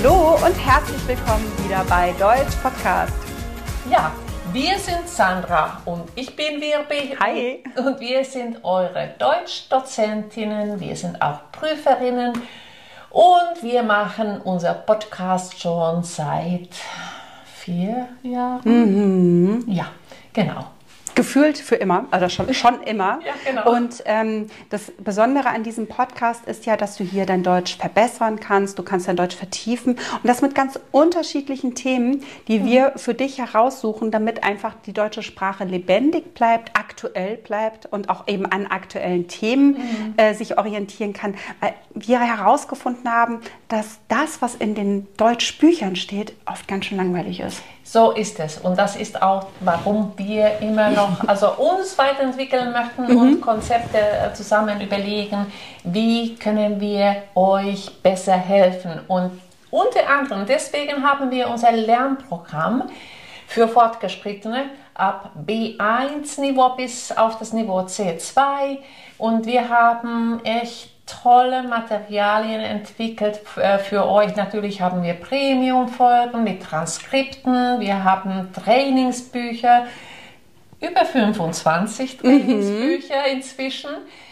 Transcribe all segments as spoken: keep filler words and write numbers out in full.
Hallo und herzlich willkommen wieder bei Deutsch Podcast. Ja, wir sind Sandra und ich bin Wirbi. Hi. Und wir sind eure Deutschdozentinnen, wir sind auch Prüferinnen und wir machen unser Podcast schon seit vier Jahren. Mhm. Ja, genau. Gefühlt für immer, also schon, schon immer. Ja, genau. Und ähm, das Besondere an diesem Podcast ist ja, dass du hier dein Deutsch verbessern kannst, du kannst dein Deutsch vertiefen und das mit ganz unterschiedlichen Themen, die mhm. wir für dich heraussuchen, damit einfach die deutsche Sprache lebendig bleibt, aktuell bleibt und auch eben an aktuellen Themen mhm. äh, sich orientieren kann. Weil wir herausgefunden haben, dass das, was in den Deutschbüchern steht, oft ganz schön langweilig ist. So ist es und das ist auch, warum wir immer noch also uns weiterentwickeln möchten mhm. und Konzepte zusammen überlegen, wie können wir euch besser helfen. Und unter anderem deswegen haben wir unser Lernprogramm für Fortgeschrittene ab B eins Niveau bis auf das Niveau C zwei und wir haben echt tolle Materialien entwickelt für euch. Natürlich haben wir Premium-Folgen mit Transkripten, wir haben Trainingsbücher, über fünfundzwanzig Trainingsbücher mhm. inzwischen,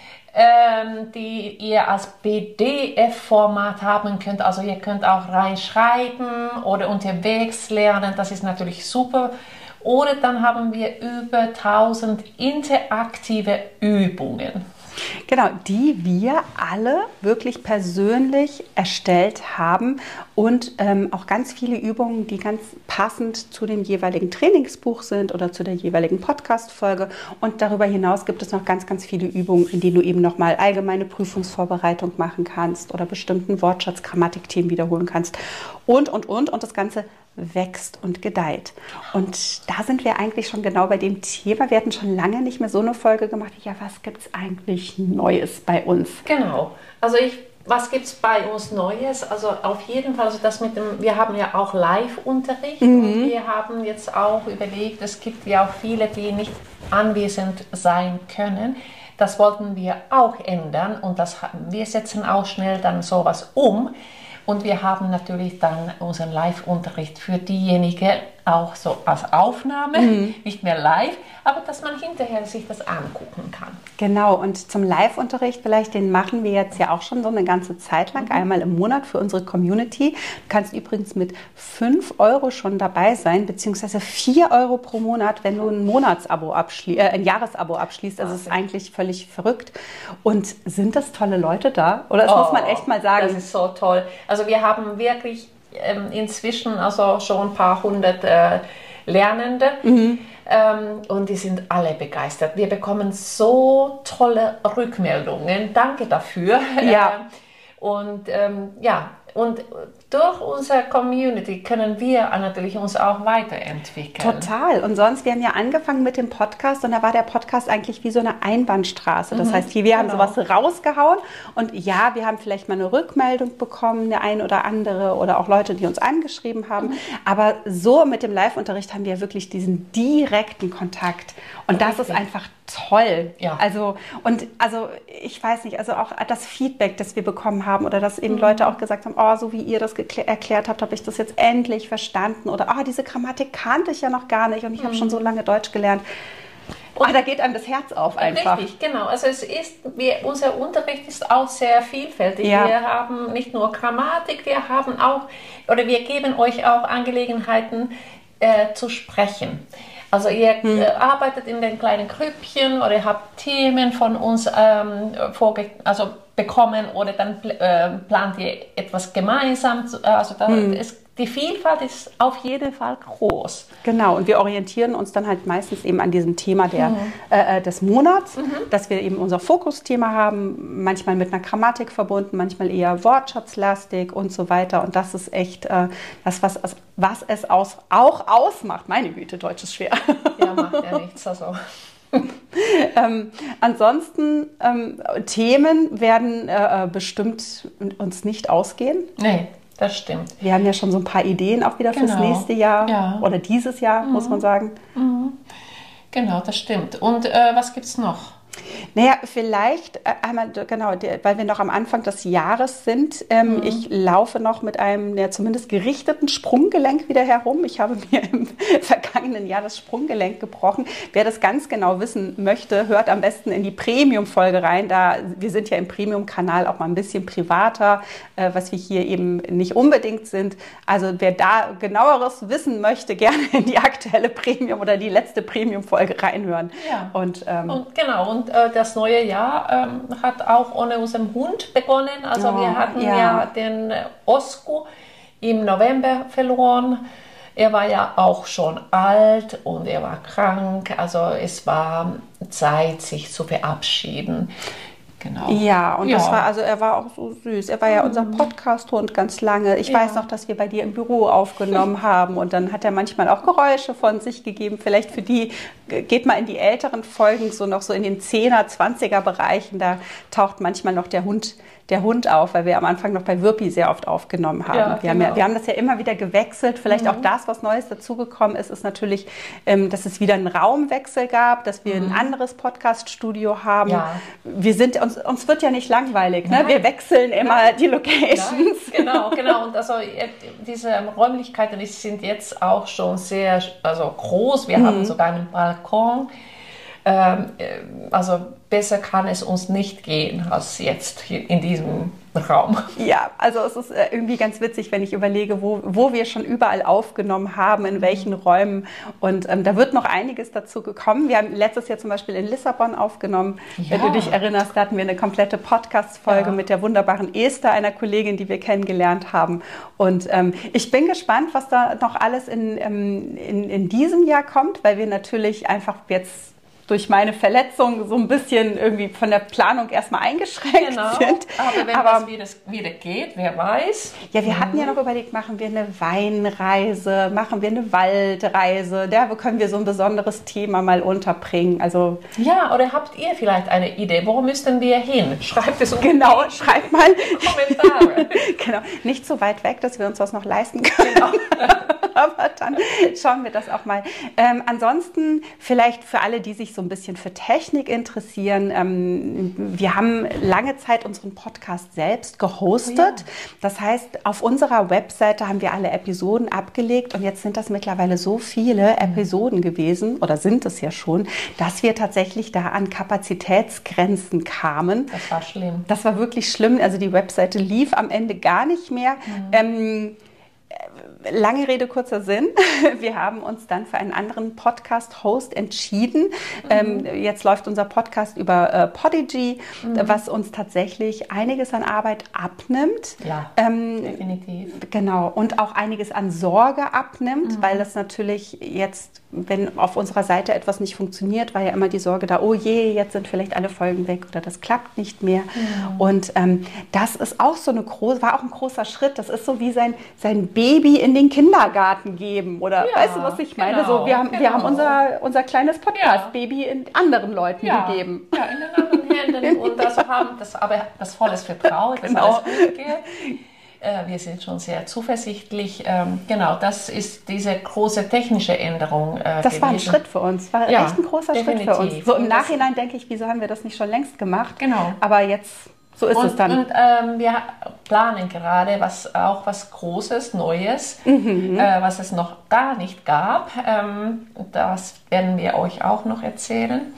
ähm, die ihr als P D F-Format haben könnt. Also ihr könnt auch reinschreiben oder unterwegs lernen, das ist natürlich super. Oder dann haben wir über tausend interaktive Übungen. Genau, die wir alle wirklich persönlich erstellt haben und ähm, auch ganz viele Übungen, die ganz passend zu dem jeweiligen Trainingsbuch sind oder zu der jeweiligen Podcast-Folge. Und darüber hinaus gibt es noch ganz, ganz viele Übungen, in denen du eben nochmal allgemeine Prüfungsvorbereitung machen kannst oder bestimmten Wortschatz, Grammatikthemen wiederholen kannst und, und, und. Und das Ganze wächst und gedeiht. Und da sind wir eigentlich schon genau bei dem Thema. Wir hatten schon lange nicht mehr so eine Folge gemacht. Ja, was gibt es eigentlich Neues bei uns? Genau. Also ich, was gibt es bei uns Neues? Also auf jeden Fall, also das mit dem, wir haben ja auch Live-Unterricht mhm. und wir haben jetzt auch überlegt, es gibt ja auch viele, die nicht anwesend sein können. Das wollten wir auch ändern und das, wir setzen auch schnell dann sowas um. Und wir haben natürlich dann unseren Live-Unterricht für diejenigen auch so als Aufnahme, mhm. nicht mehr live, aber dass man hinterher sich das angucken kann. Genau, und zum Live-Unterricht vielleicht, den machen wir jetzt ja auch schon so eine ganze Zeit lang, mhm. einmal im Monat für unsere Community. Du kannst übrigens mit fünf Euro schon dabei sein, beziehungsweise vier Euro pro Monat, wenn du ein Monatsabo abschließt, äh, ein Jahresabo abschließt. Also es ist eigentlich völlig verrückt. Und sind das tolle Leute da? Oder das oh, muss man echt mal sagen. Das ist so toll. Also wir haben wirklich ähm, inzwischen also schon ein paar hundert äh, Lernende. Mhm. Ähm, und die sind alle begeistert. Wir bekommen so tolle Rückmeldungen. Danke dafür. Ja. und ähm, ja, und durch unsere Community können wir natürlich uns auch weiterentwickeln. Total. Und sonst, wir haben ja angefangen mit dem Podcast und da war der Podcast eigentlich wie so eine Einbahnstraße. Das mhm, heißt, hier, wir genau. haben sowas rausgehauen und ja, wir haben vielleicht mal eine Rückmeldung bekommen, der ein oder andere oder auch Leute, die uns angeschrieben haben. Mhm. Aber so mit dem Live-Unterricht haben wir wirklich diesen direkten Kontakt. Und das ist einfach toll. Ja. Also, und also ich weiß nicht, also auch das Feedback, das wir bekommen haben oder dass eben mhm. Leute auch gesagt haben, oh, so wie ihr das erklärt habt, habe ich das jetzt endlich verstanden oder oh, diese Grammatik kannte ich ja noch gar nicht und ich mhm. habe schon so lange Deutsch gelernt. Und oh, da geht einem das Herz auf einfach. Richtig, genau. Also es ist, wir, unser Unterricht ist auch sehr vielfältig. Ja. Wir haben nicht nur Grammatik, wir haben auch, oder wir geben euch auch Angelegenheiten äh, zu sprechen. Also ihr hm. äh, arbeitet in den kleinen Grüppchen oder ihr habt Themen von uns ähm, vorge also bekommen oder dann pl äh, plant ihr etwas gemeinsam. Zu, also da hm. ist, die Vielfalt ist auf jeden Fall groß. Genau, und wir orientieren uns dann halt meistens eben an diesem Thema der, mhm. äh, des Monats, mhm. dass wir eben unser Fokusthema haben, manchmal mit einer Grammatik verbunden, manchmal eher wortschatzlastig und so weiter. Und das ist echt äh, das, was, was es aus, auch ausmacht. Meine Güte, Deutsch ist schwer. Ja, macht ja nichts. Also. ähm, ansonsten, ähm, Themen werden äh, bestimmt uns nicht ausgehen. Nee. Das stimmt. Wir haben ja schon so ein paar Ideen auch wieder genau. fürs nächste Jahr ja. oder dieses Jahr, mhm. muss man sagen. Mhm. Genau, das stimmt. Und äh, was gibt es noch? Naja, vielleicht äh, einmal, genau, der, weil wir noch am Anfang des Jahres sind. Ähm, mhm. Ich laufe noch mit einem ja, zumindest gerichteten Sprunggelenk wieder herum. Ich habe mir im vergangenen Jahr das Sprunggelenk gebrochen. Wer das ganz genau wissen möchte, hört am besten in die Premium-Folge rein. Da, wir sind ja im Premium-Kanal auch mal ein bisschen privater, äh, was wir hier eben nicht unbedingt sind. Also wer da genaueres wissen möchte, gerne in die aktuelle Premium oder die letzte Premium-Folge reinhören. Ja. Und, ähm, und genau, und äh, das neue Jahr ähm, hat auch ohne unseren Hund begonnen. Also oh, wir hatten ja, ja den äh, Osku im November verloren. Er war ja auch schon alt und er war krank. Also es war Zeit, sich zu verabschieden. Genau. Ja, und ja. das war, also er war auch so süß. Er war ja unser Podcast-Hund ganz lange. Ich ja. weiß noch, dass wir bei dir im Büro aufgenommen haben und dann hat er manchmal auch Geräusche von sich gegeben. Vielleicht für die, geht mal in die älteren Folgen, so noch so in den zehner, zwanziger Bereichen, da taucht manchmal noch der Hund der Hund auf, weil wir am Anfang noch bei Wirpi sehr oft aufgenommen haben. Ja, wir, genau. haben ja, wir haben das ja immer wieder gewechselt. Vielleicht mhm. auch das, was Neues dazugekommen ist, ist natürlich, ähm, dass es wieder einen Raumwechsel gab, dass wir mhm. ein anderes Podcast-Studio haben. Ja. Wir sind, uns, uns wird ja nicht langweilig. Ne? Wir wechseln immer Nein. die Locations. Nein. Genau, genau. Und also diese Räumlichkeiten sind jetzt auch schon sehr also groß. Wir mhm. haben sogar einen Balkon. Also besser kann es uns nicht gehen als jetzt hier in diesem Raum. Ja, also es ist irgendwie ganz witzig, wenn ich überlege, wo, wo wir schon überall aufgenommen haben, in welchen Räumen. Und ähm, da wird noch einiges dazu gekommen. Wir haben letztes Jahr zum Beispiel in Lissabon aufgenommen. Ja. Wenn du dich erinnerst, da hatten wir eine komplette Podcast-Folge ja. mit der wunderbaren Esther, einer Kollegin, die wir kennengelernt haben. Und ähm, ich bin gespannt, was da noch alles in, ähm, in, in diesem Jahr kommt, weil wir natürlich einfach jetzt durch meine Verletzung so ein bisschen irgendwie von der Planung erstmal eingeschränkt genau. sind. Aber wenn Aber, das wieder, wieder geht, wer weiß. Ja, wir mhm. hatten ja noch überlegt, machen wir eine Weinreise, machen wir eine Waldreise, da können wir so ein besonderes Thema mal unterbringen. Also, ja, oder habt ihr vielleicht eine Idee, wo müssten wir hin? Schreibt es uns. Genau, schreibt mal Kommentare. Genau, nicht so weit weg, dass wir uns das noch leisten können. Genau. Aber dann schauen wir das auch mal. Ähm, ansonsten vielleicht für alle, die sich so ein bisschen für Technik interessieren, ähm, wir haben lange Zeit unseren Podcast selbst gehostet. Oh ja. Das heißt, auf unserer Webseite haben wir alle Episoden abgelegt und jetzt sind das mittlerweile so viele Episoden gewesen, oder sind es ja schon, dass wir tatsächlich da an Kapazitätsgrenzen kamen. Das war schlimm. Das war wirklich schlimm. Also die Webseite lief am Ende gar nicht mehr. Mhm. Ähm, Lange Rede, kurzer Sinn. Wir haben uns dann für einen anderen Podcast-Host entschieden. Mhm. Ähm, jetzt läuft unser Podcast über äh, Podigy, mhm. was uns tatsächlich einiges an Arbeit abnimmt. Ja, ähm, definitiv. Genau, und auch einiges an Sorge abnimmt, mhm. weil das natürlich jetzt, wenn auf unserer Seite etwas nicht funktioniert, war ja immer die Sorge da, oh je, jetzt sind vielleicht alle Folgen weg oder das klappt nicht mehr. Mhm. Und ähm, das ist auch so eine große, war auch ein großer Schritt. Das ist so wie sein, sein Baby in den Kindergarten geben. Oder ja, weißt du, was ich meine? Genau, so, wir haben, genau. wir haben unser, unser kleines Podcast-Baby ja. in anderen Leuten ja. gegeben. Ja, in den anderen Händen. Und das haben das, aber das volles Vertrauen, dass genau. alles gut geht. Äh, wir sind schon sehr zuversichtlich. Ähm, genau, das ist diese große technische Änderung äh, Das gewesen. war ein Schritt für uns. War ja, echt ein großer definitiv. Schritt für uns. So im und Nachhinein denke ich, wieso haben wir das nicht schon längst gemacht? Genau. Aber jetzt... So ist und, es dann. Und ähm, wir planen gerade was, auch was Großes, Neues, mhm. äh, was es noch gar nicht gab. Ähm, das werden wir euch auch noch erzählen.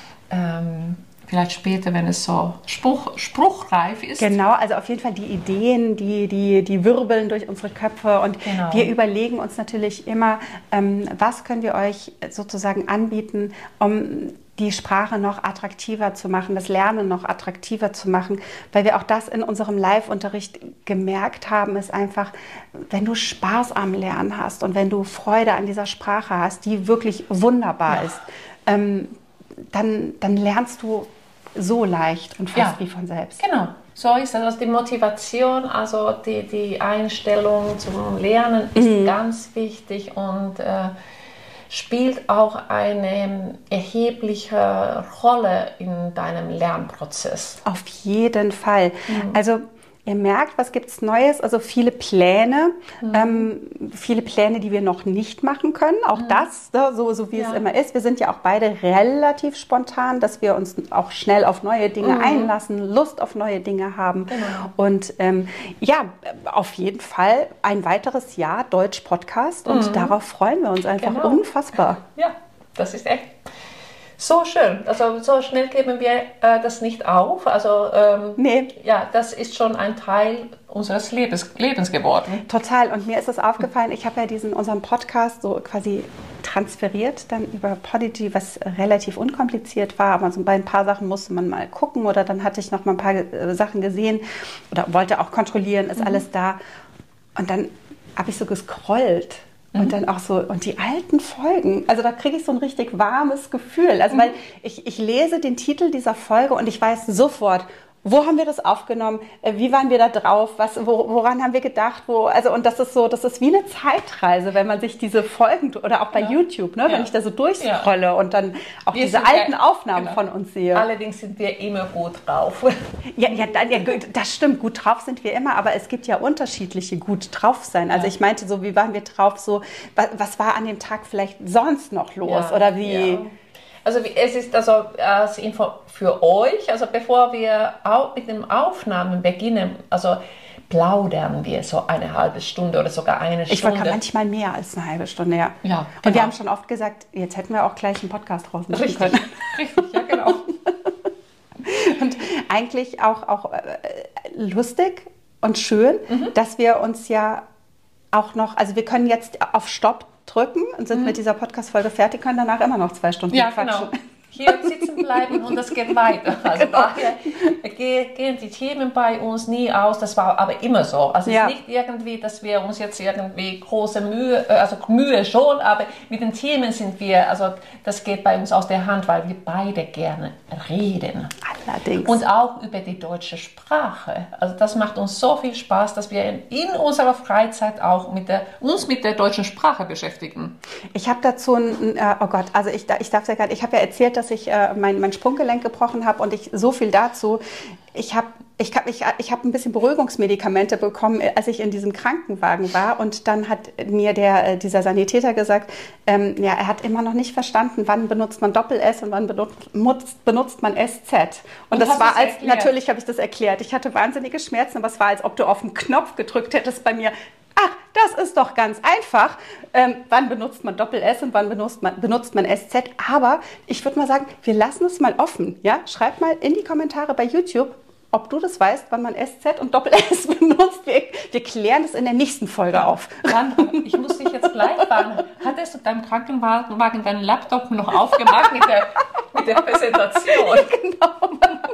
Ähm, vielleicht später, wenn es so Spruch, spruchreif ist. Genau, also auf jeden Fall die Ideen, die, die, die wirbeln durch unsere Köpfe. Und genau. wir überlegen uns natürlich immer, ähm, was können wir euch sozusagen anbieten, um die Sprache noch attraktiver zu machen, das Lernen noch attraktiver zu machen, weil wir auch das in unserem Live-Unterricht gemerkt haben, ist einfach, wenn du Spaß am Lernen hast und wenn du Freude an dieser Sprache hast, die wirklich wunderbar ja. ist, ähm, dann, dann lernst du so leicht und fast ja. wie von selbst. Genau, so ist das. Also die Motivation, also die, die Einstellung zum Lernen ist mhm. ganz wichtig und äh, spielt auch eine erhebliche Rolle in deinem Lernprozess. Auf jeden Fall. Mhm. Also ihr merkt, was gibt es Neues? Also viele Pläne, mhm. ähm, viele Pläne, die wir noch nicht machen können. Auch mhm. das, ne, so, so wie ja. es immer ist. Wir sind ja auch beide relativ spontan, dass wir uns auch schnell auf neue Dinge mhm. einlassen, Lust auf neue Dinge haben. Genau. Und ähm, ja, auf jeden Fall ein weiteres Jahr Deutsch-Podcast und mhm. darauf freuen wir uns einfach genau. unfassbar. Ja, das ist echt so schön. Also so schnell geben wir äh, das nicht auf. Also ähm, nee. ja, das ist schon ein Teil unseres Lebens, Lebens geworden. Total. Und mir ist es aufgefallen, ich habe ja diesen unseren Podcast so quasi transferiert dann über Podigy, was relativ unkompliziert war, aber so bei ein paar Sachen musste man mal gucken oder dann hatte ich noch mal ein paar äh, Sachen gesehen oder wollte auch kontrollieren, ist mhm. alles da. Und dann habe ich so gescrollt. Und mhm. dann auch so, und die alten Folgen, also da kriege ich so ein richtig warmes Gefühl. Also, mhm. weil ich, ich lese den Titel dieser Folge und ich weiß sofort, wo haben wir das aufgenommen, wie waren wir da drauf, was, wo, woran haben wir gedacht, wo, also, und das ist so, das ist wie eine Zeitreise, wenn man sich diese Folgen, oder auch bei ja. YouTube, ne, ja. wenn ich da so durchscrolle ja. und dann auch wir diese alten ja, Aufnahmen genau. von uns sehe. Allerdings sind wir immer gut drauf. Ja, ja, ja, das stimmt, gut drauf sind wir immer, aber es gibt ja unterschiedliche gut drauf sein. Also ja. ich meinte so, wie waren wir drauf, so, was, was war an dem Tag vielleicht sonst noch los, ja. oder wie... Ja. Also es ist also als Info für euch, also bevor wir auch mit den Aufnahmen beginnen, also plaudern wir so eine halbe Stunde oder sogar eine Stunde. Ich war manchmal mehr als eine halbe Stunde, ja. ja Und genau. wir haben schon oft gesagt, jetzt hätten wir auch gleich einen Podcast draus machen Richtig. können. Richtig, ja genau. Und eigentlich auch, auch äh, lustig und schön, mhm. dass wir uns ja auch noch, also wir können jetzt auf Stopp drücken und sind mhm. mit dieser Podcast-Folge fertig, können danach immer noch zwei Stunden ja, quatschen. Genau. Hier sitzen bleiben und das geht weiter. Also genau. daher gehen die Themen bei uns nie aus, das war aber immer so. Also ja. es ist nicht irgendwie, dass wir uns jetzt irgendwie große Mühe, also Mühe schon, aber mit den Themen sind wir, also das geht bei uns aus der Hand, weil wir beide gerne reden. Allerdings. Und auch über die deutsche Sprache. Also das macht uns so viel Spaß, dass wir in unserer Freizeit auch mit der, uns mit der deutschen Sprache beschäftigen. Ich habe dazu ein, oh Gott, also ich, ich darf ja gar nicht, ich habe ja erzählt, dass ich äh, mein, mein Sprunggelenk gebrochen habe und ich so viel dazu. Ich habe ich hab, ich, ich hab ein bisschen Beruhigungsmedikamente bekommen, als ich in diesem Krankenwagen war. Und dann hat mir der, dieser Sanitäter gesagt, ähm, ja, er hat immer noch nicht verstanden, wann benutzt man Doppel-S und wann benutzt, benutzt man S Z. Und, und das war als, erklärt? Natürlich habe ich das erklärt. Ich hatte wahnsinnige Schmerzen, aber es war, als ob du auf den Knopf gedrückt hättest bei mir. Ach, das ist doch ganz einfach. Ähm, wann benutzt man Doppel-S und wann benutzt man, benutzt man S Z? Aber ich würde mal sagen, wir lassen es mal offen. Ja? Schreib mal in die Kommentare bei YouTube, ob du das weißt, wann man S Z und Doppel-S benutzt. Wir, wir klären das in der nächsten Folge auf. Dann, ich muss dich jetzt gleich fragen, hattest du deinem Krankenwagen deinen Laptop noch aufgemacht mit der, mit der Präsentation? Genau.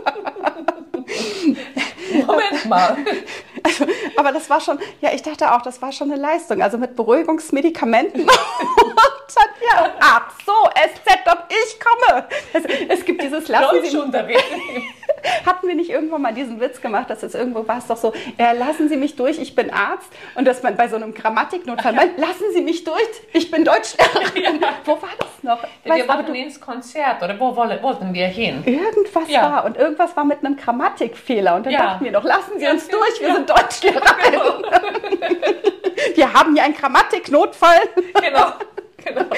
Moment mal. Also, aber das war schon, ja, ich dachte auch, das war schon eine Leistung. Also mit Beruhigungsmedikamenten. Und dann, ja, ach so, S Z, ob ich komme. Also, es gibt dieses Lassen Sie mich. Hatten wir nicht irgendwann mal diesen Witz gemacht, dass es irgendwo war es doch so, äh, lassen Sie mich durch, ich bin Arzt. Und dass man bei so einem Grammatiknotfall ja. meint, lassen Sie mich durch, ich bin Deutschlehrerin. Ja. Wo war das noch? Ja, wir wollten ins Konzert, oder wo wollten wir hin? Irgendwas ja. war. Und irgendwas war mit einem Grammatikfehler. Und dann ja. dachten wir noch, lassen Sie uns ja, durch, wir ja. sind Deutschlehrerin. Genau. Wir haben hier einen Grammatiknotfall. Genau, genau.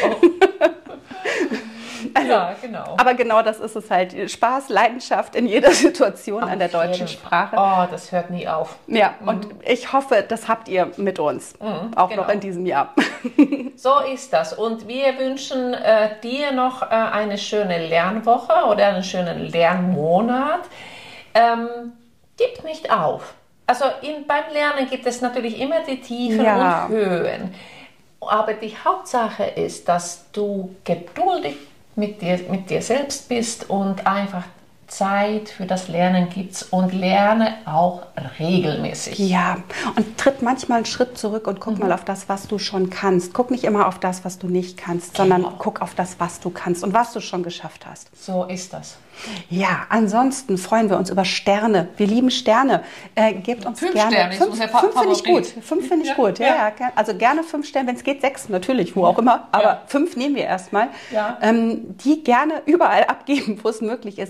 Also, ja, genau. Aber genau das ist es halt. Spaß, Leidenschaft in jeder Situation auf an der deutschen Sprache. Oh, das hört nie auf. Ja, mhm. und ich hoffe, das habt ihr mit uns. Mhm, auch genau. noch in diesem Jahr. So ist das. Und wir wünschen äh, dir noch äh, eine schöne Lernwoche oder einen schönen Lernmonat. Ähm, gib nicht auf. Also in, beim Lernen gibt es natürlich immer die Tiefen ja. und Höhen. Aber die Hauptsache ist, dass du geduldig mit dir, mit dir selbst bist und einfach Zeit für das Lernen gibst und lerne auch regelmäßig. Ja, und tritt manchmal einen Schritt zurück und guck mhm. mal auf das, was du schon kannst. Guck nicht immer auf das, was du nicht kannst, genau. sondern guck auf das, was du kannst und was du schon geschafft hast. So ist das. Ja, ansonsten freuen wir uns über Sterne. Wir lieben Sterne. Äh, gebt uns fünf gerne Sterne. Fünf, fünf finde ich gut. Fünf finde ich ja, gut. Ja, ja. ja, also gerne fünf Sterne, wenn es geht, sechs natürlich, wo auch immer. Aber ja. fünf nehmen wir erstmal. Ja. Ähm, die gerne überall abgeben, wo es möglich ist. Erzählt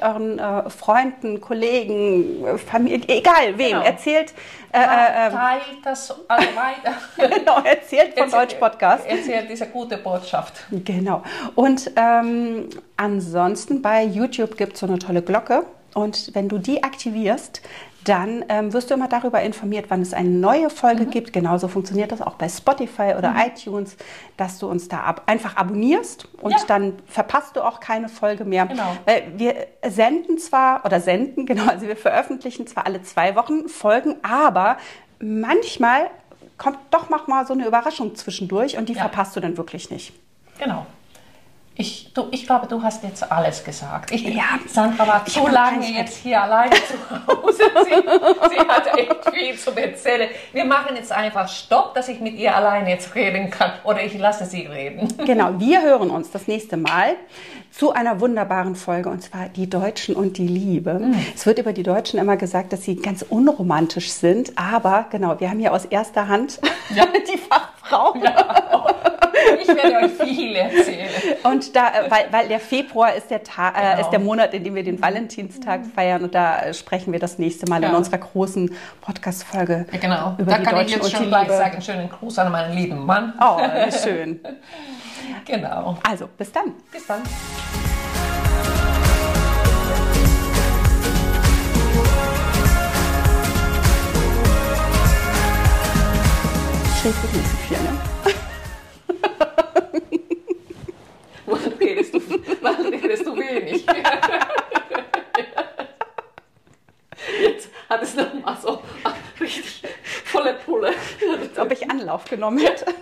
vielleicht euren äh, Freunden, Kollegen, Familie, egal wem. Genau. Erzählt, äh, Ja, äh, teilt das also weiter. genau, erzählt von Erzähl- Deutsch Podcast. Erzählt diese gute Botschaft. Genau. Und ähm, ansonsten bei YouTube gibt es so eine tolle Glocke. Und wenn du die aktivierst, dann ähm, wirst du immer darüber informiert, wann es eine neue Folge Mhm. gibt. Genauso funktioniert das auch bei Spotify oder Mhm. iTunes, dass du uns da ab einfach abonnierst und Ja. dann verpasst du auch keine Folge mehr. Genau. Weil wir senden zwar, oder senden, genau, also wir veröffentlichen zwar alle zwei Wochen Folgen, aber manchmal kommt doch noch mal so eine Überraschung zwischendurch und die Ja. verpasst du dann wirklich nicht. Genau. Ich, du, ich glaube, du hast jetzt alles gesagt. Ich, Ja. Sandra war Ich zu hab noch lange keinen jetzt hier alleine zu Hause. Sie, sie hat echt viel zu erzählen. Wir machen jetzt einfach Stopp, dass ich mit ihr alleine jetzt reden kann. Oder ich lasse sie reden. Genau, wir hören uns das nächste Mal zu einer wunderbaren Folge, und zwar die Deutschen und die Liebe. Mhm. Es wird über die Deutschen immer gesagt, dass sie ganz unromantisch sind, aber genau, wir haben hier aus erster Hand Ja. die Fachfrau. Ich werde euch viel erzählen. Und da, äh, weil, weil der Februar ist der, Tag, äh, Genau. ist der Monat, in dem wir den Valentinstag feiern, und da äh, sprechen wir das nächste Mal in Ja. unserer großen Podcast-Folge Ja, genau. über Da die kann ich Deutschen jetzt und die schon gleich Liebe. sagen, schönen Gruß an meinen lieben Mann. Oh, wie schön. Genau. Also, bis dann. Bis dann. Schläft nicht so viel, ne? Wann redest du, wann redest du wenig? Jetzt hat es nochmal so richtig volle Pulle. Als ob ich Anlauf genommen hätte.